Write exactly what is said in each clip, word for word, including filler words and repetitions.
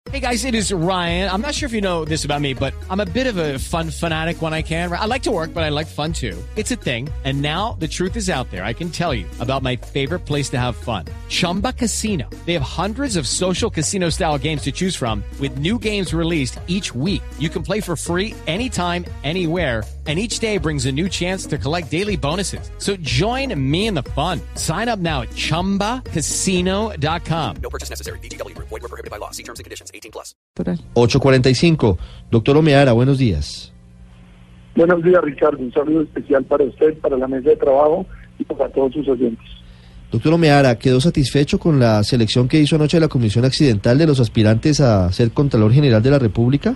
Hey guys, it is Ryan. I'm not sure if you know this about me, but I'm a bit of a fun fanatic when I can. I like to work, but I like fun too. It's a thing. And now the truth is out there. I can tell you about my favorite place to have fun. Chumba Casino. They have hundreds of social casino style games to choose from with new games released each week. You can play for free anytime, anywhere. And each day brings a new chance to collect daily bonuses. So join me in the fun. Sign up now at chumba casino dot com. No purchase necessary. V G W. Void where prohibited by law. See terms and conditions. eighteen plus. ocho cuarenta y cinco. Doctor Omeara, buenos días. Buenos días, Ricardo. Un saludo especial para usted, para la mesa de trabajo y para todos sus oyentes. Doctor Omeara, ¿quedó satisfecho con la selección que hizo anoche la Comisión Accidental de los aspirantes a ser Contralor General de la República?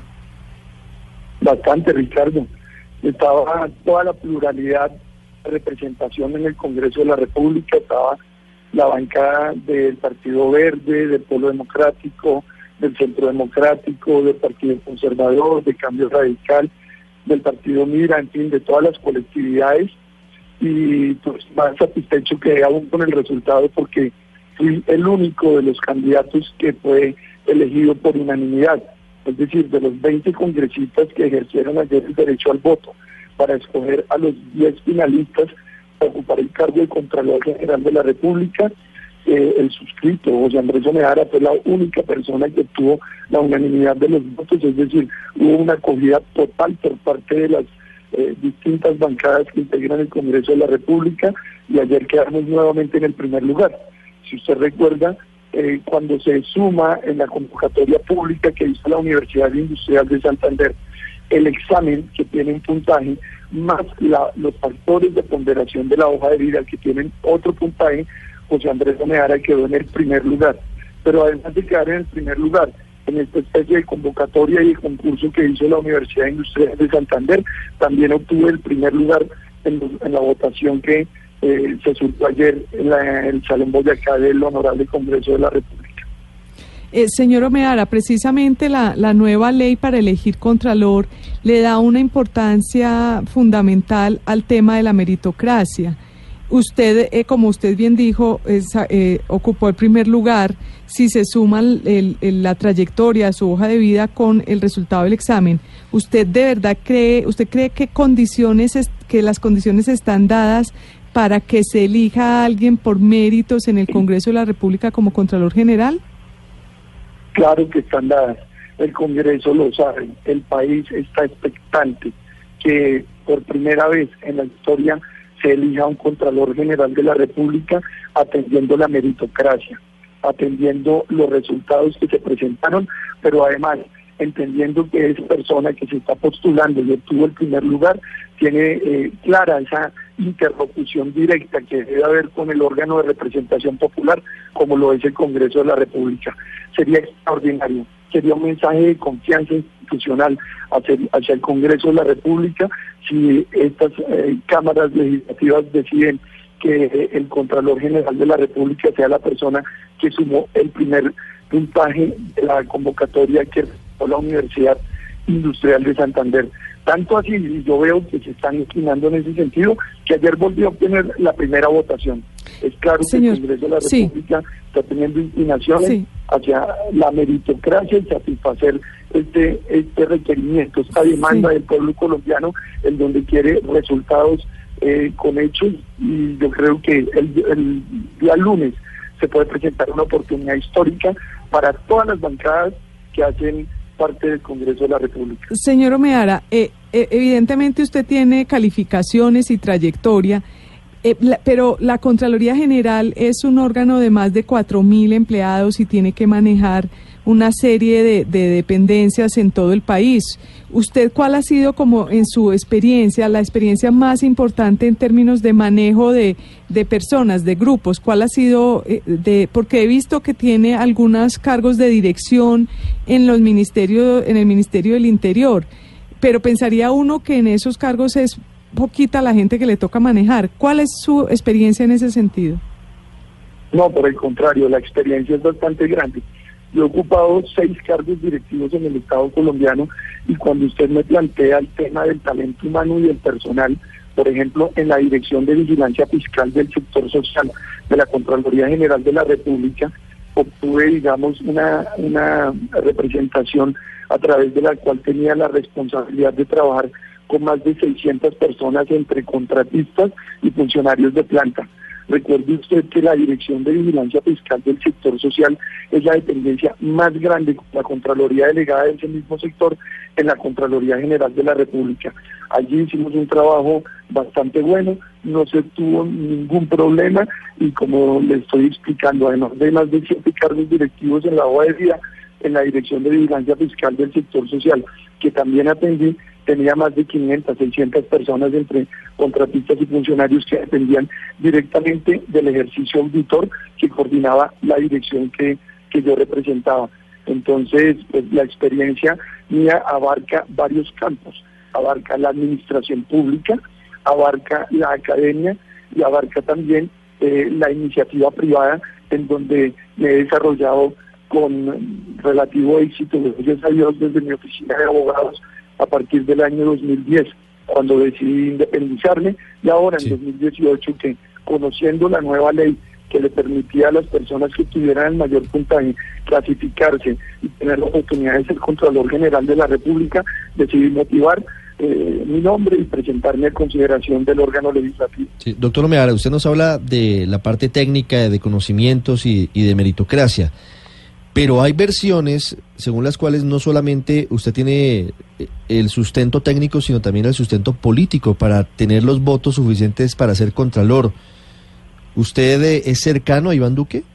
Bastante, Ricardo. Estaba toda la pluralidad de representación en el Congreso de la República, estaba la bancada del Partido Verde, del Polo Democrático, del Centro Democrático, del Partido Conservador, de Cambio Radical, del Partido Mira, en fin, de todas las colectividades, y pues más satisfecho que aún con el resultado porque fui el único de los candidatos que fue elegido por unanimidad. Es decir, de los veinte congresistas que ejercieron ayer el derecho al voto para escoger a los diez finalistas para ocupar el cargo de Contralor General de la República, eh, el suscrito, José Andrés Omeara, fue la única persona que obtuvo la unanimidad de los votos, es decir, hubo una acogida total por parte de las eh, distintas bancadas que integran el Congreso de la República, y ayer quedamos nuevamente en el primer lugar. Si usted recuerda, Eh, cuando se suma en la convocatoria pública que hizo la Universidad Industrial de Santander, el examen que tiene un puntaje, más la, los factores de ponderación de la hoja de vida que tienen otro puntaje, José Andrés Omeara quedó en el primer lugar. Pero además de quedar en el primer lugar, en esta especie de convocatoria y el concurso que hizo la Universidad Industrial de Santander, también obtuvo el primer lugar en, en la votación que Eh, se surgió ayer en, la, en el Salón Boyacá del Honorable Congreso de la República. Eh, señor Omeara, precisamente la, la nueva ley para elegir Contralor le da una importancia fundamental al tema de la meritocracia. Usted, eh, como usted bien dijo, es, eh, ocupó el primer lugar. Si se suma el, el, la trayectoria, su hoja de vida con el resultado del examen, ¿usted de verdad cree, usted cree que condiciones, es, que las condiciones están dadas para que se elija a alguien por méritos en el Congreso de la República como Contralor General? Claro que están dadas. El Congreso lo sabe. El país está expectante que por primera vez en la historia se elija un Contralor General de la República atendiendo la meritocracia, atendiendo los resultados que se presentaron, pero además entendiendo que esa persona que se está postulando y obtuvo el primer lugar tiene eh, clara esa interlocución directa que debe haber con el órgano de representación popular, como lo es el Congreso de la República. Sería extraordinario, sería un mensaje de confianza institucional hacia, hacia el Congreso de la República si estas eh, cámaras legislativas deciden que eh, el Contralor General de la República sea la persona que sumó el primer puntaje de la convocatoria que la Universidad Industrial de Santander. Tanto así, y yo veo que se están inclinando en ese sentido, que ayer volvió a obtener la primera votación. Es claro, Señor, que el Congreso de la República sí. está teniendo inclinaciones sí. hacia la meritocracia y satisfacer este este requerimiento, esta demanda sí. del pueblo colombiano, en donde quiere resultados eh, con hechos, y yo creo que el, el día lunes se puede presentar una oportunidad histórica para todas las bancadas que hacen parte del Congreso de la República. Señor Omeara, eh, eh, evidentemente usted tiene calificaciones y trayectoria, eh, la, pero la Contraloría General es un órgano de más de cuatro mil empleados y tiene que manejar una serie de, de dependencias en todo el país. ¿Usted cuál ha sido, como en su experiencia, la experiencia más importante en términos de manejo de, de personas, de grupos? ¿Cuál ha sido, eh, de porque he visto que tiene algunos cargos de dirección en los ministerios, en el Ministerio del Interior, pero pensaría uno que en esos cargos es poquita la gente que le toca manejar? ¿Cuál es su experiencia en ese sentido? No, por el contrario, la experiencia es bastante grande. Yo he ocupado seis cargos directivos en el Estado colombiano, y cuando usted me plantea el tema del talento humano y del personal, por ejemplo, en la Dirección de Vigilancia Fiscal del Sector Social de la Contraloría General de la República, obtuve, digamos, una, una representación a través de la cual tenía la responsabilidad de trabajar con más de seiscientas personas entre contratistas y funcionarios de planta. Recuerde usted que la Dirección de Vigilancia Fiscal del sector social es la dependencia más grande, la Contraloría Delegada de ese mismo sector en la Contraloría General de la República. Allí hicimos un trabajo bastante bueno, no se tuvo ningún problema y como le estoy explicando, además de más de siete cargos directivos en la hoja de vida en la Dirección de Vigilancia Fiscal del sector social, que también atendí, tenía más de quinientas, seiscientas personas entre contratistas y funcionarios que dependían directamente del ejercicio auditor que coordinaba la dirección que, que yo representaba. Entonces, pues, la experiencia mía abarca varios campos, abarca la administración pública, abarca la academia y abarca también eh, la iniciativa privada, en donde me he desarrollado con relativo éxito, gracias a Dios, desde mi oficina de abogados a partir del año dos mil diez, cuando decidí independizarme, y ahora en sí. dos mil dieciocho, que conociendo la nueva ley que le permitía a las personas que tuvieran el mayor puntaje clasificarse y tener la oportunidad de ser Contralor General de la República, decidí motivar eh, mi nombre y presentarme a consideración del órgano legislativo. Sí, doctor Omeara, usted nos habla de la parte técnica, de conocimientos y, y de meritocracia. Pero hay versiones según las cuales no solamente usted tiene el sustento técnico, sino también el sustento político para tener los votos suficientes para ser contralor. ¿Usted es cercano a Iván Duque?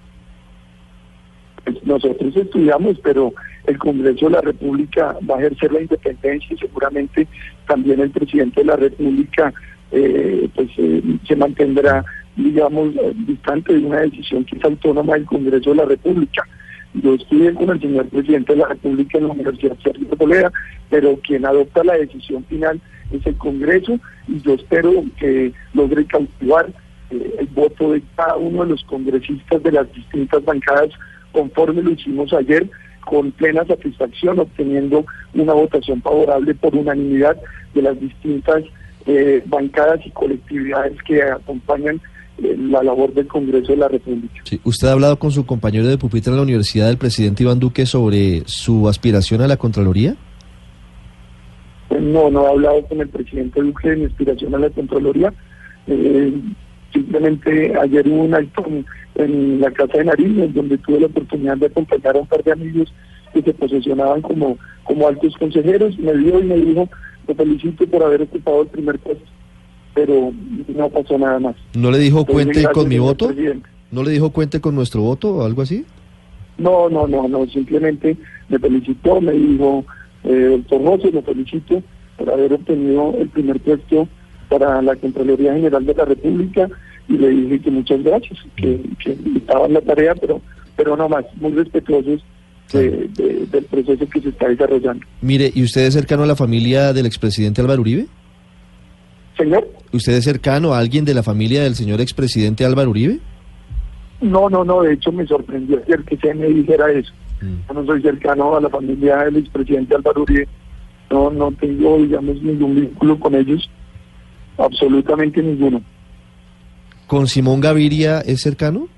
Pues nosotros estudiamos, pero el Congreso de la República va a ejercer la independencia y seguramente también el presidente de la República eh, pues eh, se mantendrá, digamos, distante de una decisión que es autónoma del Congreso de la República. Yo estudié con el señor presidente de la República en la Universidad Sergio Arboleda, pero quien adopta la decisión final es el Congreso, y yo espero que logre cautivar eh, el voto de cada uno de los congresistas de las distintas bancadas, conforme lo hicimos ayer, con plena satisfacción, obteniendo una votación favorable por unanimidad de las distintas eh, bancadas y colectividades que acompañan la labor del Congreso de la República. Sí. ¿Usted ha hablado con su compañero de pupitre en la universidad, del presidente Iván Duque, sobre su aspiración a la Contraloría? Pues no, no he hablado con el presidente Duque de mi aspiración a la Contraloría. Eh, simplemente ayer hubo un acto en, en la Casa de Nariño, donde tuve la oportunidad de acompañar a un par de amigos que se posicionaban como, como altos consejeros. Me vio y me dijo, te felicito por haber ocupado el primer puesto, pero no pasó nada más. ¿No le dijo Entonces, cuente gracias, con mi señor voto? presidente. ¿No le dijo cuente con nuestro voto o algo así? No, no, no, no, simplemente me felicitó, me dijo, eh, doctor José, lo felicito por haber obtenido el primer puesto para la Contraloría General de la República, y le dije que muchas gracias, que, que estaba en la tarea, pero, pero no más, muy respetuosos de, de, del proceso que se está desarrollando. Mire, ¿y usted es cercano a la familia del expresidente Álvaro Uribe? Señor. ¿Usted es cercano a alguien de la familia del señor expresidente Álvaro Uribe? No, no, no, de hecho me sorprendió ayer que se me dijera eso. Mm. Yo no soy cercano a la familia del expresidente Álvaro Uribe, no, no tengo, digamos, ningún vínculo con ellos, absolutamente ninguno. ¿Con Simón Gaviria es cercano?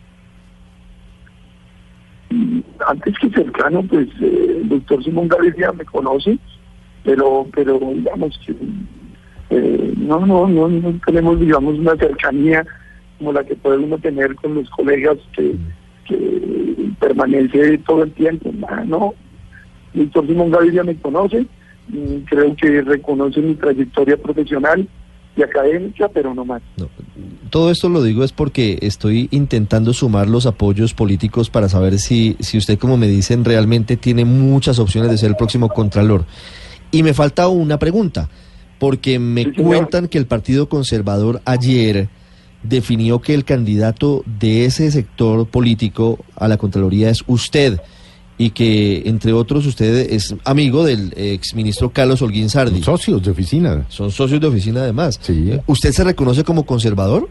Antes que cercano, pues eh, el doctor Simón Gaviria me conoce, pero, pero digamos que eh, no, no, no, no tenemos, digamos, una cercanía como la que puede uno tener con los colegas que, que permanece todo el tiempo. No, el doctor Simón Gaviria me conoce, creo que reconoce mi trayectoria profesional y académica, pero no más. No. Todo esto lo digo es porque estoy intentando sumar los apoyos políticos para saber si, si usted, como me dicen, realmente tiene muchas opciones de ser el próximo Contralor. Y me falta una pregunta, porque me sí, cuentan que el Partido Conservador ayer definió que el candidato de ese sector político a la Contraloría es usted, y que, entre otros, usted es amigo del exministro Carlos Holguín Sardi. Son socios de oficina. Son socios de oficina, además. Sí. ¿Usted se reconoce como conservador?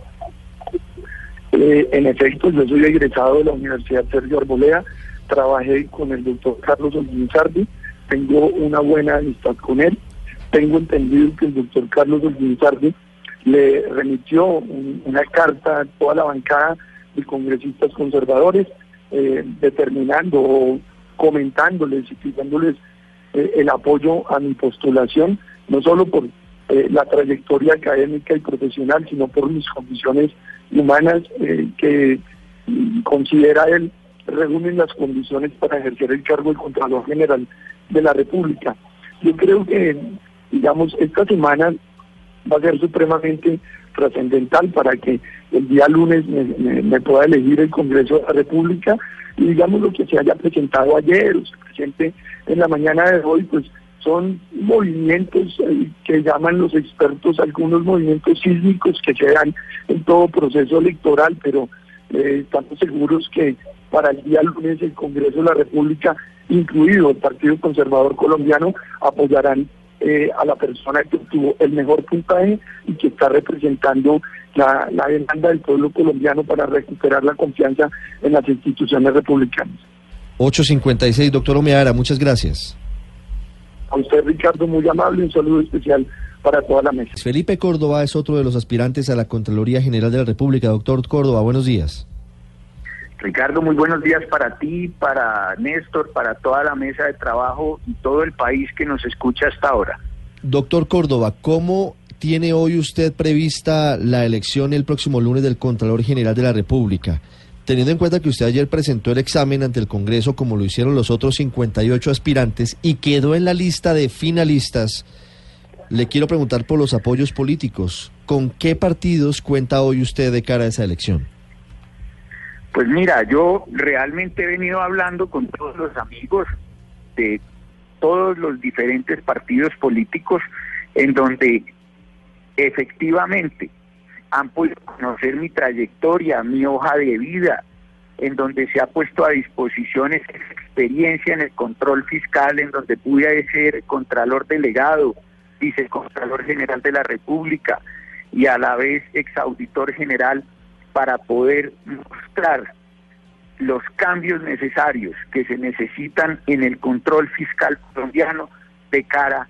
Eh, en efecto, yo soy egresado de la Universidad Sergio Arboleda, trabajé con el doctor Carlos Holguín Sardi, tengo una buena amistad con él, tengo entendido que el doctor Carlos Holguín Sardi le remitió un, una carta a toda la bancada de congresistas conservadores, eh, determinando o comentándoles y pidiéndoles eh, el apoyo a mi postulación, no solo por eh, la trayectoria académica y profesional, sino por mis condiciones humanas eh, que considera él reúnen las condiciones para ejercer el cargo de Contralor General de la República. Yo creo que, digamos, esta semana va a ser supremamente trascendental para que el día lunes me, me, me pueda elegir el Congreso de la República y, digamos, lo que se haya presentado ayer o se presente en la mañana de hoy, pues son movimientos eh, que llaman los expertos algunos movimientos sísmicos que se dan en todo proceso electoral, pero eh, estamos seguros que para el día lunes el Congreso de la República, incluido el Partido Conservador Colombiano, apoyarán eh, a la persona que obtuvo el mejor puntaje y que está representando la, la demanda del pueblo colombiano para recuperar la confianza en las instituciones republicanas. ocho cincuenta y seis, doctor Omeara, muchas gracias. A usted, Ricardo, muy amable, un saludo especial para toda la mesa. Felipe Córdoba es otro de los aspirantes a la Contraloría General de la República. Doctor Córdoba, buenos días. Ricardo, muy buenos días para ti, para Néstor, para toda la mesa de trabajo y todo el país que nos escucha hasta ahora. Doctor Córdoba, ¿cómo tiene hoy usted prevista la elección el próximo lunes del Contralor General de la República? Teniendo en cuenta que usted ayer presentó el examen ante el Congreso como lo hicieron los otros cincuenta y ocho aspirantes y quedó en la lista de finalistas, le quiero preguntar por los apoyos políticos. ¿Con qué partidos cuenta hoy usted de cara a esa elección? Pues mira, yo realmente he venido hablando con todos los amigos de todos los diferentes partidos políticos en donde efectivamente han podido conocer mi trayectoria, mi hoja de vida, en donde se ha puesto a disposición esa experiencia en el control fiscal, en donde pude ser contralor delegado, vicecontralor general de la República y a la vez exauditor general, para poder mostrar los cambios necesarios que se necesitan en el control fiscal colombiano de cara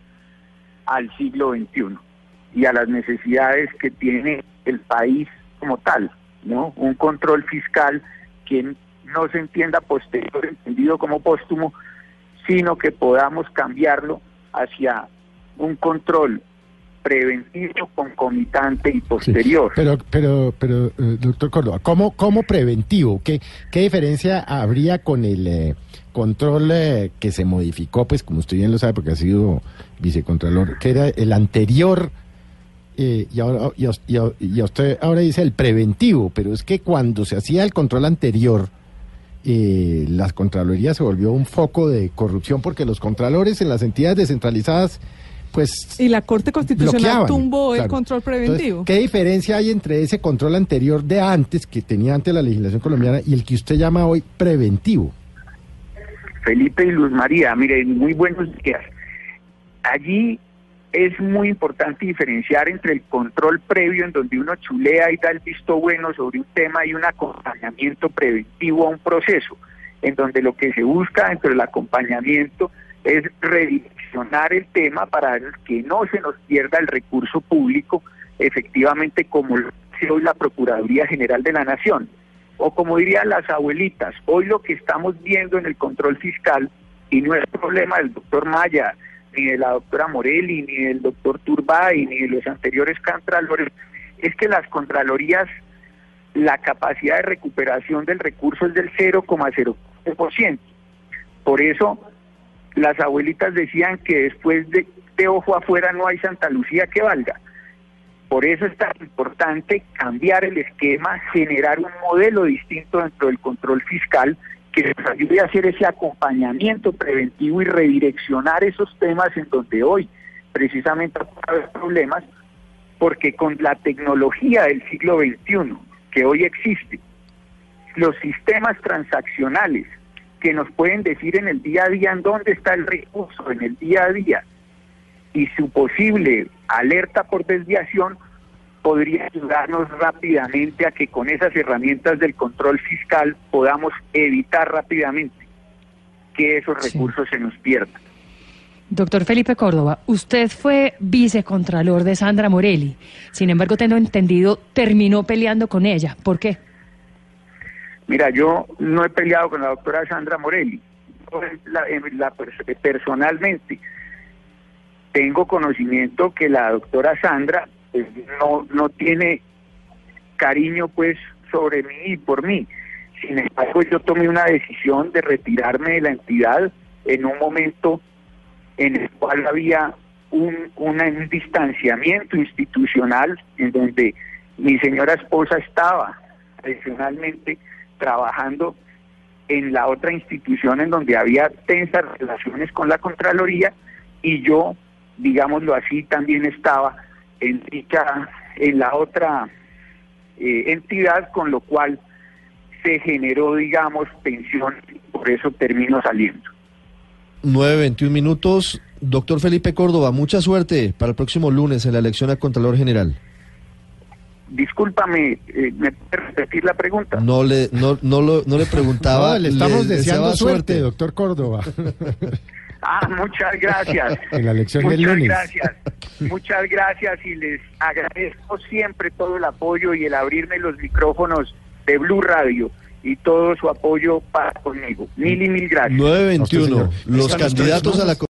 al siglo veintiuno y a las necesidades que tiene el país como tal, ¿no? Un control fiscal que no se entienda posterior, entendido como póstumo, sino que podamos cambiarlo hacia un control preventivo, concomitante y posterior. Sí, pero, pero, pero, eh, doctor Córdoba, ¿cómo, cómo preventivo? ¿Qué, qué diferencia habría con el eh, control eh, que se modificó, pues, como usted bien lo sabe, porque ha sido vicecontralor, que era el anterior, eh, y, ahora, y, y, y usted ahora dice el preventivo, pero es que cuando se hacía el control anterior, eh, la Contraloría se volvió un foco de corrupción, porque los contralores en las entidades descentralizadas, pues, y la Corte Constitucional bloqueaban, tumbó claro, el control preventivo. Entonces, ¿qué diferencia hay entre ese control anterior de antes, que tenía antes la legislación colombiana, y el que usted llama hoy preventivo? Felipe y Luz María, miren, muy buenos días. Allí es muy importante diferenciar entre el control previo, en donde uno chulea y da el visto bueno sobre un tema, y un acompañamiento preventivo a un proceso, en donde lo que se busca dentro del acompañamiento es redireccionar el tema para que no se nos pierda el recurso público, efectivamente, como lo hace hoy la Procuraduría General de la Nación. O como dirían las abuelitas, hoy lo que estamos viendo en el control fiscal, y no es problema del doctor Maya, ni de la doctora Morelli, ni del doctor Turbay, ni de los anteriores contralores, es que las contralorías, la capacidad de recuperación del recurso es del cero coma cero por ciento. Por eso, las abuelitas decían que después de, de ojo afuera no hay Santa Lucía que valga. Por eso es tan importante cambiar el esquema, generar un modelo distinto dentro del control fiscal que nos ayude a hacer ese acompañamiento preventivo y redireccionar esos temas en donde hoy precisamente puede haber problemas, porque con la tecnología del siglo veintiuno que hoy existe, los sistemas transaccionales que nos pueden decir en el día a día en dónde está el recurso, en el día a día, y su posible alerta por desviación, podría ayudarnos rápidamente a que con esas herramientas del control fiscal podamos evitar rápidamente que esos recursos sí se nos pierdan. Doctor Felipe Córdoba, usted fue vicecontralor de Sandra Morelli, sin embargo, tengo entendido, terminó peleando con ella. ¿Por qué? Mira, yo no he peleado con la doctora Sandra Morelli, la, la, personalmente. Tengo conocimiento que la doctora Sandra pues, no, no tiene cariño pues sobre mí y por mí. Sin embargo, yo tomé una decisión de retirarme de la entidad en un momento en el cual había un, una, un distanciamiento institucional en donde mi señora esposa estaba adicionalmente trabajando en la otra institución en donde había tensas relaciones con la Contraloría y yo, digámoslo así, también estaba en dicha, en la otra eh, entidad, con lo cual se generó, digamos, tensión, por eso termino saliendo. nueve veintiún minutos. Doctor Felipe Córdoba, mucha suerte para el próximo lunes en la elección a Contralor General. Discúlpame, eh, ¿me puede repetir la pregunta? No le, no, no, lo, no le preguntaba. No, le estamos le deseando suerte, suerte, doctor Córdoba. Ah, muchas gracias. En la elección muchas del lunes. gracias. Muchas gracias y les agradezco siempre todo el apoyo y el abrirme los micrófonos de Blue Radio y todo su apoyo para conmigo. Mil y mil gracias. nueve veintiuno. A usted, señor. Los Están los candidatos tres a la